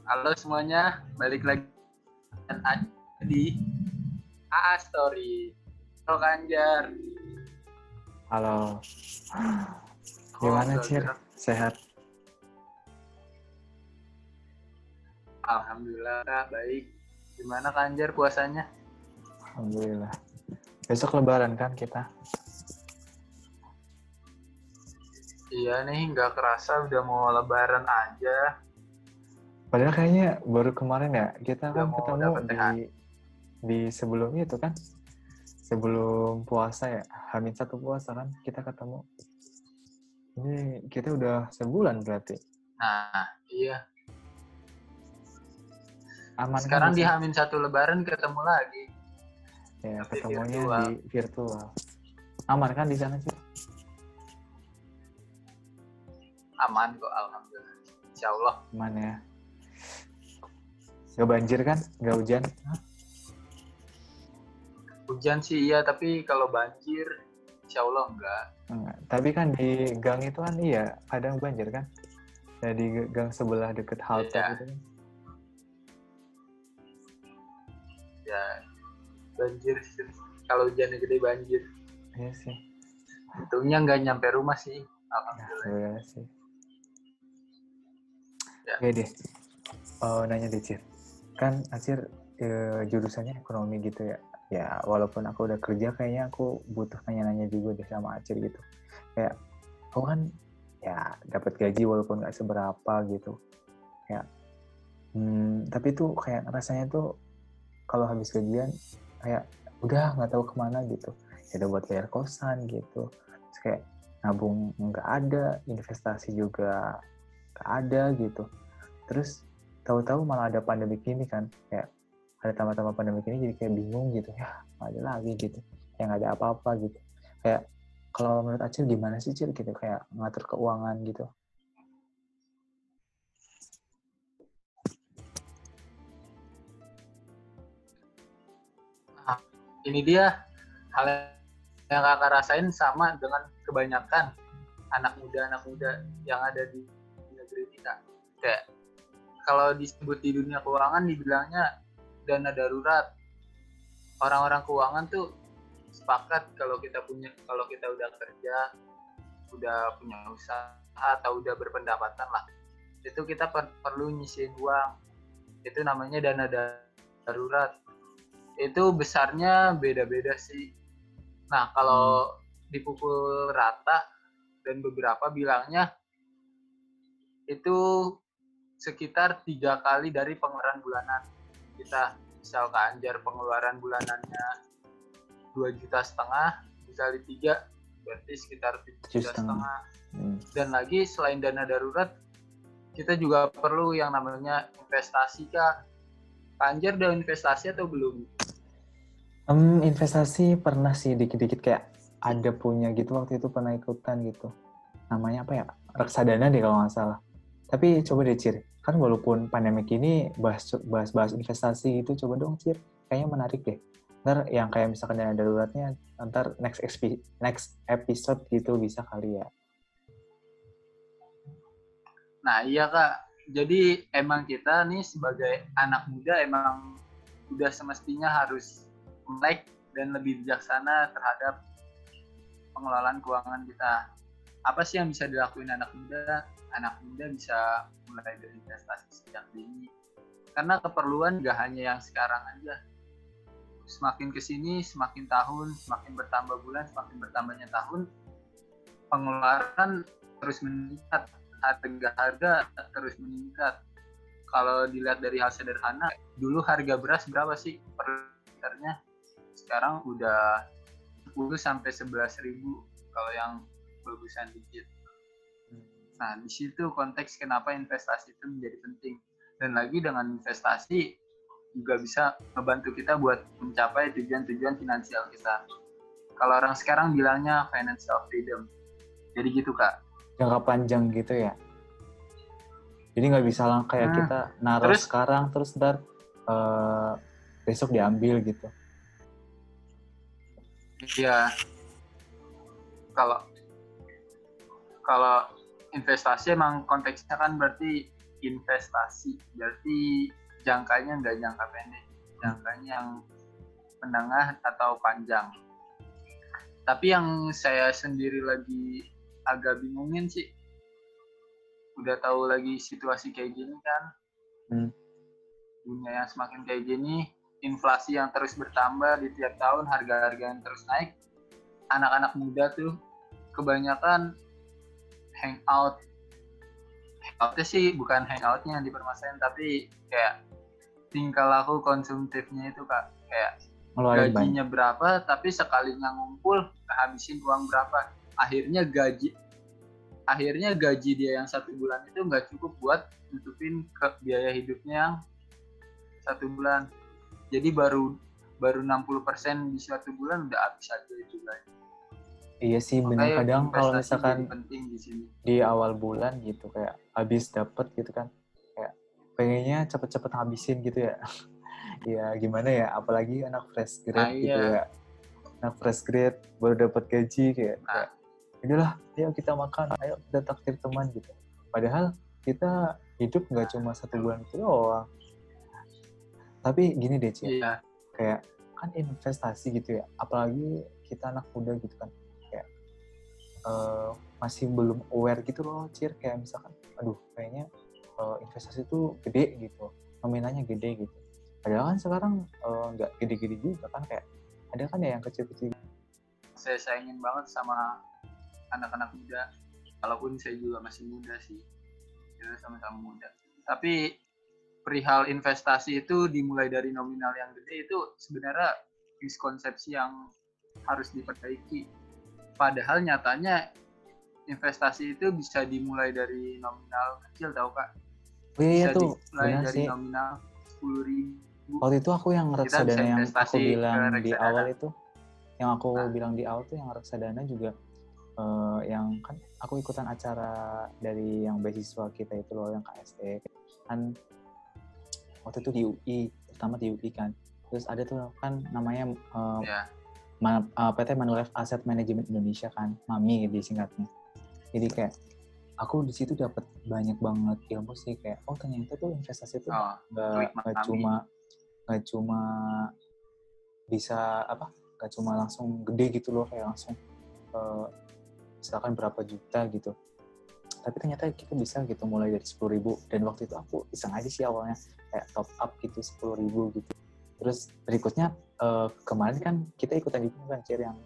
Halo semuanya, balik lagi di AA Story. Halo Kanjar. Halo. Gimana Cir? Sehat? Alhamdulillah baik. Gimana Kanjar puasanya? Alhamdulillah. Besok lebaran kan kita? Iya nih, nggak kerasa udah mau lebaran aja. Padahal kayaknya baru kemarin ya, kita Udah kan mau ketemu dapet THR. di sebelum itu kan? Sebelum puasa ya, H-1 puasa kan kita ketemu. Ini kita udah sebulan berarti. Nah, iya. Aman Sekarang kan di sini? H-1 lebaran ketemu lagi. Ya, Tapi ketemunya virtual. di virtual. Aman kan di sana sih? Aman kok, alhamdulillah. Insya Allah. Aman ya. Gak banjir kan? Gak hujan? Hujan sih iya, tapi kalau banjir, insya Allah enggak. Enggak. Tapi kan di gang itu kan iya, kadang banjir kan? Ya, di gang sebelah deket halte Iya. gitu kan? Ya, banjir sih. Kalau hujannya gede banjir. Iya sih. Untungnya nggak nyampe rumah sih. Alhamdulillah. Alhamdulillah sih. Ya. Oke deh. Nanya deh, Cir. Kan Acir jurusannya ekonomi gitu ya. Ya, walaupun aku udah kerja, kayaknya aku butuh nanya-nanya juga deh sama Acir gitu. Kayak, aku kan ya dapat gaji walaupun nggak seberapa gitu. Kayak, tapi tuh kayak rasanya tuh kalau habis gajian, kayak udah nggak tahu kemana gitu. Ya udah buat bayar kosan gitu. Terus kayak nabung nggak ada, investasi juga nggak ada gitu. Terus tahu-tahu malah ada pandemi ini kan, kayak ada tambah-tambah pandemi ini jadi kayak bingung gitu, ya nggak ada lagi gitu, kayak nggak ada apa-apa gitu. Kayak kalau menurut Acil gimana sih Cil gitu, kayak ngatur keuangan gitu? Nah, ini dia hal yang kakak rasain sama dengan kebanyakan anak muda yang ada di negeri kita. Kayak kalau disebut di dunia keuangan dibilangnya dana darurat. Orang-orang keuangan tuh sepakat kalau kita udah kerja, udah punya usaha atau udah berpendapatan lah, itu kita perlu nyisihin uang. Itu namanya dana darurat. Itu besarnya beda-beda sih. Nah, kalau dipukul rata dan beberapa bilangnya itu sekitar 3 kali dari pengeluaran bulanan kita. Misal Kanjar pengeluaran bulanannya 2,5 juta, dikali 3 berarti sekitar 7,5 juta. Dan lagi selain dana darurat, kita juga perlu yang namanya investasi, Kak. Kanjar udah investasi atau belum? Investasi pernah sih dikit-dikit, kayak ada punya gitu, waktu itu pernah ikutan gitu. Namanya apa ya? Reksadana deh kalau nggak salah. Tapi coba deh Cir, kan walaupun pandemik ini bahas investasi itu, coba dong Cir, kayaknya menarik deh. Ntar yang kayak misalkan dana daruratnya, ntar next episode gitu bisa kali ya. Nah iya Kak, jadi emang kita nih sebagai anak muda emang udah semestinya harus melek dan lebih bijaksana terhadap pengelolaan keuangan kita. Apa sih yang bisa dilakuin anak muda? Anak muda bisa mulai dari investasi sejak dini. Karena keperluan gak hanya yang sekarang aja. Semakin kesini, semakin tahun, semakin bertambah bulan, semakin bertambahnya tahun, pengeluaran terus meningkat, harga terus meningkat. Kalau dilihat dari hal sederhana, dulu harga beras berapa sih per liternya? Sekarang udah 10 sampai 11.000 kalau yang bagusan dikit. Nah, di situ konteks kenapa investasi itu menjadi penting. Dan lagi dengan investasi juga bisa membantu kita buat mencapai tujuan-tujuan finansial kita. Kalau orang sekarang bilangnya financial freedom. Jadi gitu, Kak. Jangka panjang gitu ya. Jadi nggak bisa lah kayak kita naruh sekarang terus ntar besok diambil gitu. Iya. Kalau investasi emang konteksnya kan berarti investasi, berarti jangkanya nggak jangka pendek, jangkanya yang menengah atau panjang. Tapi yang saya sendiri lagi agak bingungin sih, udah tahu lagi situasi kayak gini kan, dunia yang semakin kayak gini, inflasi yang terus bertambah di tiap tahun, harga-harga yang terus naik, anak-anak muda tuh kebanyakan hangoutnya sih bukan hangoutnya yang dipermasalahin, tapi kayak tingkah laku konsumtifnya itu Kak, kayak Ngeluarin gajinya berapa tapi sekalinya ngumpul habisin uang berapa, akhirnya gaji dia yang 1 bulan itu nggak cukup buat nutupin ke biaya hidupnya yang 1 bulan, jadi baru 60% di 1 bulan udah habis aja itu guys. Iya sih benar, kadang kalau misalkan penting di sini di awal bulan gitu kayak habis dapet gitu kan, kayak pengennya cepet-cepet habisin gitu ya. Ya gimana ya, apalagi anak fresh grade gitu ya, anak fresh grade baru dapat gaji kayak udahlah ayo kita makan, ayo kita traktir teman gitu, padahal kita hidup nggak cuma 1 bulan itu doang. Tapi gini deh Ci, kayak kan investasi gitu ya, apalagi kita anak muda gitu kan, kayak masih belum aware gitu loh Cir, kayak misalkan aduh kayaknya investasi itu gede gitu, nominalnya gede gitu, padahal kan sekarang nggak gede-gede juga kan, kayak ada kan ya yang kecil-kecil. Saya sayangin banget sama anak-anak muda, walaupun saya juga masih muda sih, kita sama-sama muda, tapi perihal investasi itu dimulai dari nominal yang gede itu sebenarnya miskonsepsi yang harus diperbaiki. Padahal nyatanya investasi itu bisa dimulai dari nominal kecil, tahu Kak? Iya tuh, dimulai dari sih. Nominal 10.000. Waktu itu aku yang reksadana yang aku bilang di awal itu, bilang di awal tuh yang reksadana juga, yang kan aku ikutan acara dari yang beasiswa kita itu loh, yang KSE kan waktu itu di UI, pertama di UI kan, terus ada tuh kan namanya PT Manulife Asset Management Indonesia kan, MAMI disingkatnya. Jadi kayak aku di situ dapat banyak banget ilmu sih, kayak oh ternyata tuh investasi itu nggak cuma bisa nggak cuma langsung gede gitu loh, kayak langsung misalkan berapa juta gitu, tapi ternyata kita bisa gitu mulai dari 10.000, dan waktu itu aku iseng aja sih awalnya kayak top up gitu 10.000 gitu. Terus berikutnya kemarin kan kita ikutan juga kan Cir, yang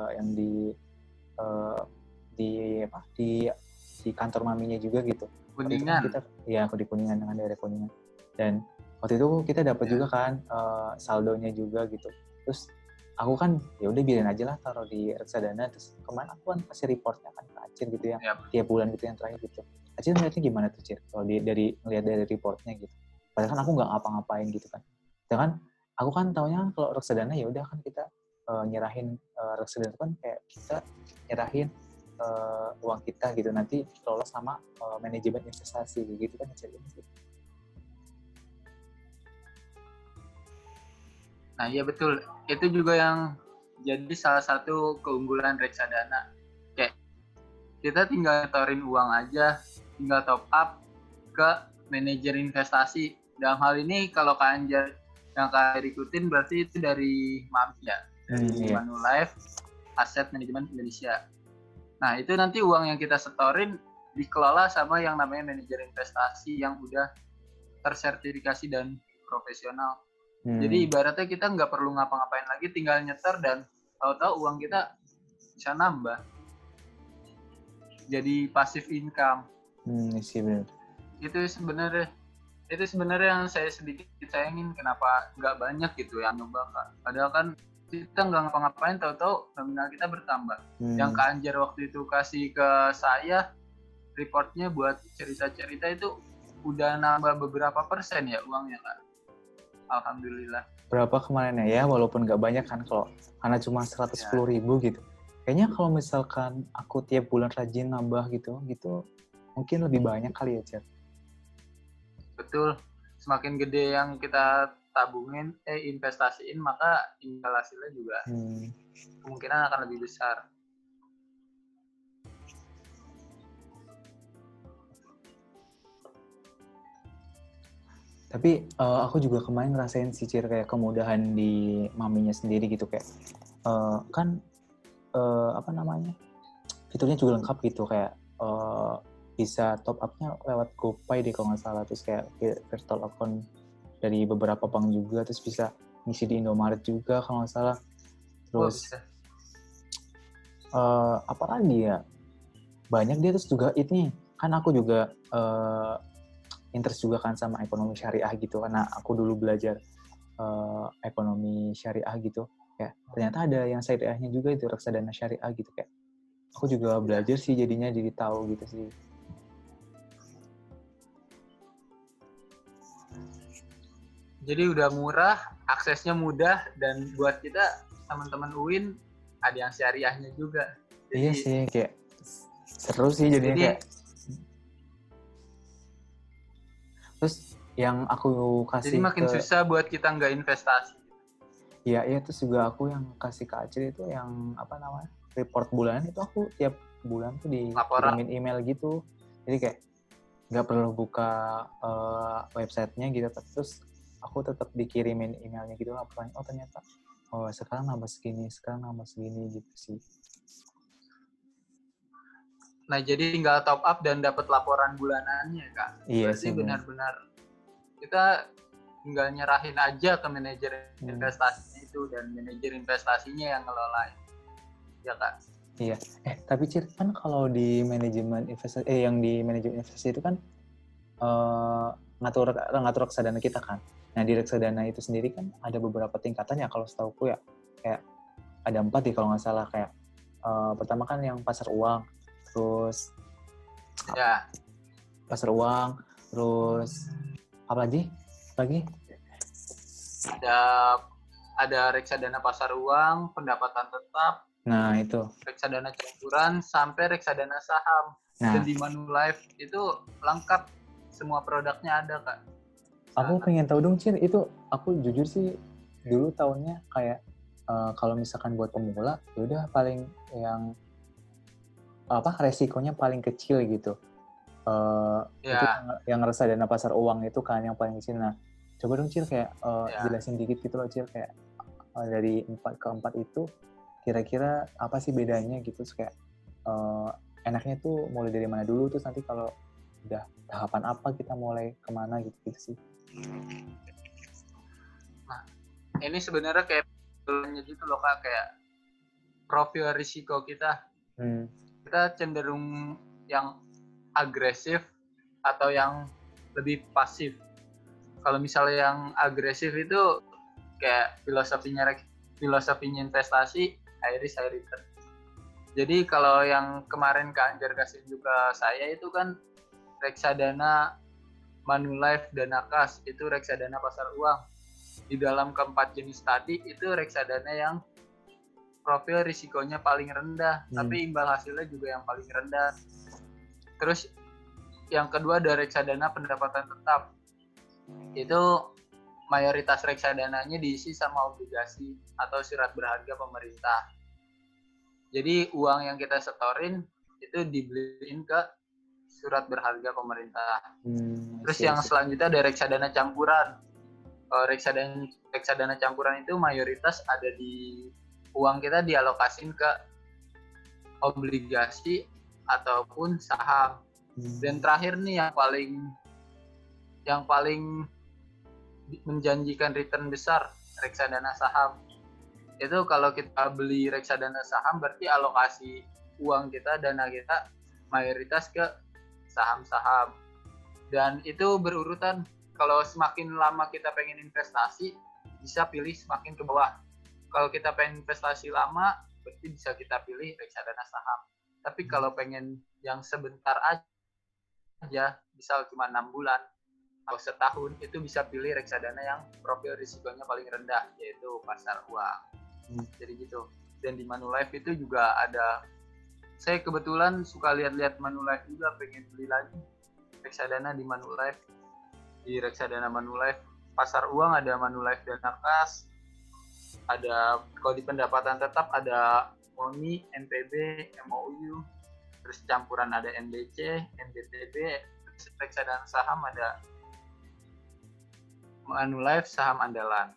di kantor maminya juga gitu. Kuningan. Aku di Kuningan, dengan daerah Kuningan. Dan waktu itu kita dapat juga kan saldonya juga gitu. Terus aku kan ya udah biarin aja lah taruh di reksadana. Terus kemarin aku kan kasih reportnya kan ke Acir gitu ya, tiap bulan gitu yang terakhir gitu. Acir ngeliatnya ngeliatnya gimana tuh Cir? Kalau ngeliat dari reportnya gitu. Padahal kan aku nggak ngapa-ngapain gitu kan. Sedangkan aku kan taunya kalau reksadana ya udah kan kita nyerahin reksadana itu kan kayak kita nyerahin uang kita gitu, nanti dikelola sama manajemen investasi gitu kan Cir. Nah iya betul, itu juga yang jadi salah satu keunggulan reksadana. Kayak kita tinggal torin uang aja, tinggal top up ke manajer investasi. Dalam hal ini kalau Kak Anjar yang Kak ikutin berarti itu dari MAMI ya, dari Manulife Asset Management Indonesia. Nah itu nanti uang yang kita setorin dikelola sama yang namanya manajer investasi yang udah tersertifikasi dan profesional. Jadi ibaratnya kita nggak perlu ngapa-ngapain lagi, tinggal nyetor dan tahu-tahu uang kita bisa nambah. Jadi passive income. Sih benar. Itu sebenarnya yang saya sedikit sayangin, kenapa nggak banyak gitu yang nyoba Kak. Padahal kan kita nggak ngapa-ngapain, tahu-tahu nominal kita bertambah. Yang Kak Anjar waktu itu kasih ke saya reportnya buat cerita-cerita itu udah nambah beberapa persen ya uangnya Kak. Alhamdulillah. Berapa kemarin ya, walaupun nggak banyak kan, kalau karena cuma 110.000 gitu. Kayaknya kalau misalkan aku tiap bulan rajin nambah gitu mungkin lebih banyak kali ya Cir. Betul. Semakin gede yang kita tabungin, investasiin, maka imbal hasilnya juga kemungkinan akan lebih besar. Tapi aku juga kemarin ngerasain sih Cir, kayak kemudahan di maminya sendiri gitu, kayak kan apa namanya, fiturnya juga lengkap gitu, kayak bisa top up-nya lewat GoPay deh kalau nggak salah, terus kayak virtual account dari beberapa bank juga, terus bisa ngisi di Indomaret juga kalau nggak salah. Oh, Terus bisa. apa lagi ya, banyak dia. Terus juga ini kan aku juga interest juga kan sama ekonomi syariah gitu, karena aku dulu belajar ekonomi syariah gitu, kayak ternyata ada yang syariahnya juga itu, reksadana syariah gitu, kayak aku juga belajar sih jadinya, jadi tahu gitu sih. Jadi udah murah, aksesnya mudah, dan buat kita teman-teman UIN ada yang syariahnya juga. Jadi, iya sih, kayak seru sih jadinya. Jadi, kayak terus yang aku kasih jadi makin susah buat kita nggak investasi. iya terus juga aku yang kasih ke Acil itu yang apa namanya, report bulanan itu, aku tiap bulan tuh Laporan. dikirimin email gitu, jadi kayak nggak perlu buka websitenya gitu, terus aku tetap dikirimin emailnya gitu, laporannya, oh ternyata sekarang nambah segini gitu sih. Nah, jadi tinggal top up dan dapat laporan bulanannya, Kak. Iya Berarti sih, benar-benar kita tinggal nyerahin aja ke manajer investasinya itu, dan manajer investasinya yang ngelolain. Ya, Kak? Iya. Tapi Cir, kan kalau di manajemen investasi, yang di manajemen investasi itu kan ngatur reksadana kita kan. Nah, di reksadana itu sendiri kan ada beberapa tingkatan ya, kalau setauku ya. Kayak ada 4 nih kalau nggak salah, kayak pertama kan yang pasar uang, terus Ya. pasar uang, terus apa lagi? Ada reksadana pasar uang, pendapatan tetap, Nah, itu. reksadana campuran, sampai reksadana saham. Nah, dan di Manulife itu lengkap, semua produknya ada, Kak. Aku pengen tahu dong Cir, itu aku jujur sih dulu tahunnya kayak kalau misalkan buat pemula ya udah paling yang resikonya paling kecil gitu. Itu yang reksadana pasar uang itu kan yang paling kecil. Nah, coba dong Cir, kayak jelasin dikit gitu loh Cir, kayak dari 4 ke 4 itu kira-kira apa sih bedanya gitu, terus kayak enaknya tuh mulai dari mana dulu, terus nanti kalau udah tahapan apa kita mulai kemana gitu sih. Nah, ini sebenarnya kayak gitu loh Kak, kayak profil risiko kita. Kita cenderung yang agresif atau yang lebih pasif. Kalau misalnya yang agresif itu kayak filosofinya investasi, high risk high return. Jadi kalau yang kemarin Kak Anjar kasih juga saya itu kan reksadana Manulife Dana Kas, itu reksadana pasar uang. Di dalam keempat jenis tadi itu reksadana yang profil risikonya paling rendah, tapi imbal hasilnya juga yang paling rendah. Terus yang kedua ada reksadana pendapatan tetap. Itu mayoritas reksadananya diisi sama obligasi atau surat berharga pemerintah. Jadi uang yang kita setorin itu dibeliin ke surat berharga pemerintah. Terus yang selanjutnya ada reksadana campuran. Reksadana campuran itu mayoritas ada di uang kita dialokasin ke obligasi ataupun saham. Dan terakhir nih yang paling menjanjikan return besar, reksadana saham. Itu kalau kita beli reksadana saham berarti alokasi uang kita, dana kita mayoritas ke saham-saham. Dan itu berurutan. Kalau semakin lama kita pengen investasi, bisa pilih semakin ke bawah. Kalau kita pengen investasi lama, berarti bisa kita pilih reksadana saham. Tapi kalau pengen yang sebentar aja, misal cuma 6 bulan atau setahun, itu bisa pilih reksadana yang profil risikonya paling rendah, yaitu pasar uang. Jadi gitu. Dan di Manulife itu juga ada, saya kebetulan suka lihat-lihat Manulife juga, pengen beli lagi reksadana di Manulife. Di reksadana Manulife pasar uang ada Manulife Dana Kas, ada kalau di pendapatan tetap ada MONI, MPB, MOU, terus campuran ada NBC, NBTB, terus reksadana saham ada Manulife saham andalan.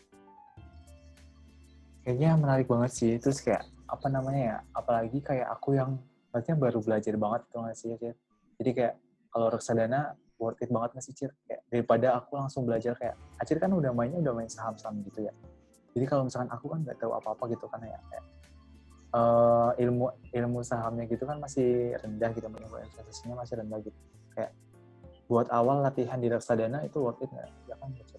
Kayaknya menarik banget sih. Terus kayak apa namanya ya? Apalagi kayak aku yang berarti baru belajar banget tuh nggak sih, Cir? Jadi kayak kalau reksadana worth it banget nggak sih, Cir? Kayak daripada aku langsung belajar kayak Acir kan udah main saham-saham gitu ya. Jadi kalau misalkan aku kan nggak tahu apa-apa gitu kan ya, kayak ilmu sahamnya gitu kan masih rendah gitu, ilmu investasinya masih rendah gitu. Kayak buat awal latihan di reksadana itu worth it nggak? Ya kan, Cir?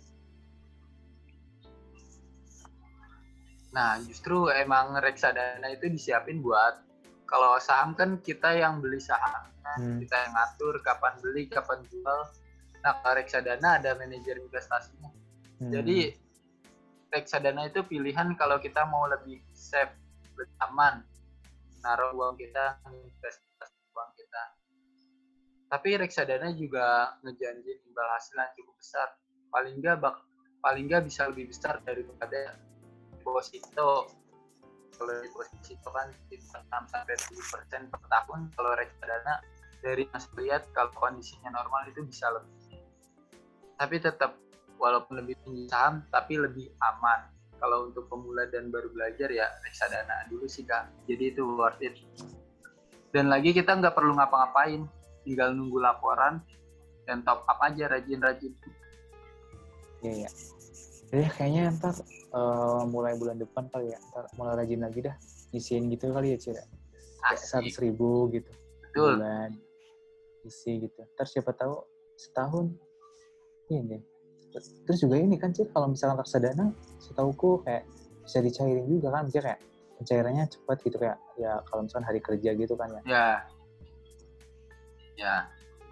Nah, justru emang reksadana itu disiapin buat, kalau saham kan kita yang beli sahamnya, kita yang ngatur kapan beli, kapan jual. Nah, kalau reksadana ada manajer investasinya. Jadi reksadana itu pilihan kalau kita mau lebih safe, lebih aman, naruh uang kita, investasi uang kita. Tapi reksadana juga ngejanjiin imbal hasil yang cukup besar. Paling nggak bisa lebih besar daripada deposito. Kalau deposito kan 6-7% per tahun. Kalau reksadana dari Mas lihat kalau kondisinya normal itu bisa lebih. Tapi tetap walaupun lebih tinggi saham tapi lebih aman. Kalau untuk pemula dan baru belajar ya reksadana dulu sih Kak. Jadi itu worth it. Dan lagi kita nggak perlu ngapa-ngapain, tinggal nunggu laporan dan top up aja rajin-rajin. Iya. Jadi kayaknya ntar mulai bulan depan kali ya, ntar mulai rajin lagi dah, isiin gitu kali ya, Cir. Kayak 100.000 gitu. Betul. Bulan isi gitu. Ntar siapa tahu setahun ini. Terus juga ini kan, Cir, kalau misalkan reksadana, setauku kayak bisa dicairin juga kan, Cir, kayak pencairannya cepat gitu, kayak ya kalau misalkan hari kerja gitu kan ya. Ya.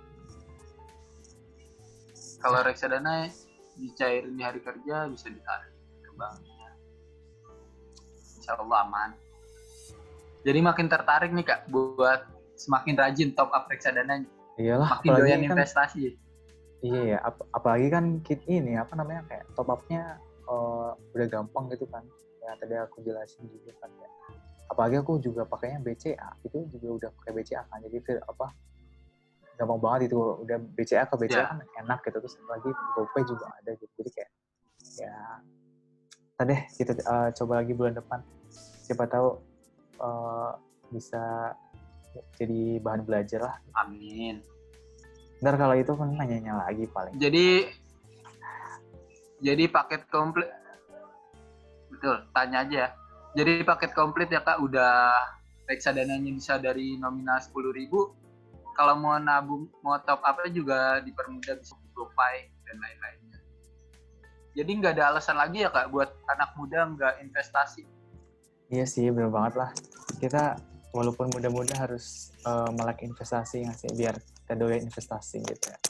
Kalau reksadana dicairin di hari kerja, bisa ditarik ke banknya. Insya Allah aman. Jadi makin tertarik nih Kak buat semakin rajin top up reksadana. Iyalah, makin doyan kan investasi. Iya ya, apalagi kan ini apa namanya kayak top up-nya udah gampang gitu kan. Ya tadi aku jelasin juga kan ya. Apalagi aku juga pakainya BCA, itu juga udah pakai BCA kan. Jadi gampang banget itu, udah BCA ke BCA kan enak gitu. Terus lagi GoPay juga ada gitu. Jadi kayak ya tadi kita coba lagi bulan depan. Siapa tahu bisa jadi bahan belajar lah. Amin. Ntar kalau itu kan nanya lagi paling. Jadi paket komplit. Betul, tanya aja ya. Jadi paket komplit ya Kak, udah reksadananya bisa dari nominal 10.000. Kalau mau nabung, mau top up juga dipermudah, bisa GoPay dan lain-lainnya. Jadi nggak ada alasan lagi ya Kak buat anak muda nggak investasi. Iya sih, bener banget lah. Kita walaupun muda-muda harus melek investasi nggak sih, biar kita doyan investasi gitu ya.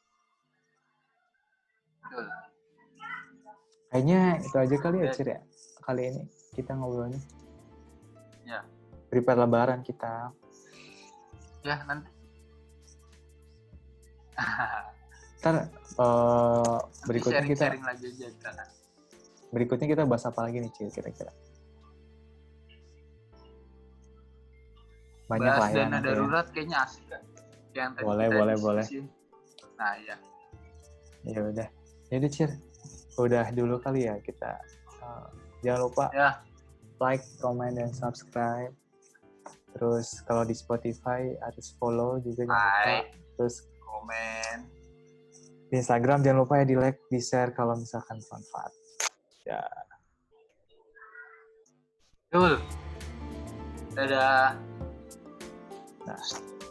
Betul. Kayaknya itu aja kali ya, Cir ya. Kali ini kita ngobrolnya. Ya. Prepare lebaran kita. Ya, nanti. Ntar berikutnya kita sharing lagi aja kan. Berikutnya kita bahas apa lagi nih, Cir, kira-kira? Banyak bahas lah ya. Dana darurat kayaknya asik kan. Yang tadi boleh. Nah, ya. Ya udah. Jadi, Cir, udah dulu kali ya kita. Jangan lupa like, comment, dan subscribe. Terus kalau di Spotify harus follow juga, jangan lupa. Terus komen. Di Instagram jangan lupa ya di like, di share kalau misalkan bermanfaat. Ya. Betul. Dadah. Nah.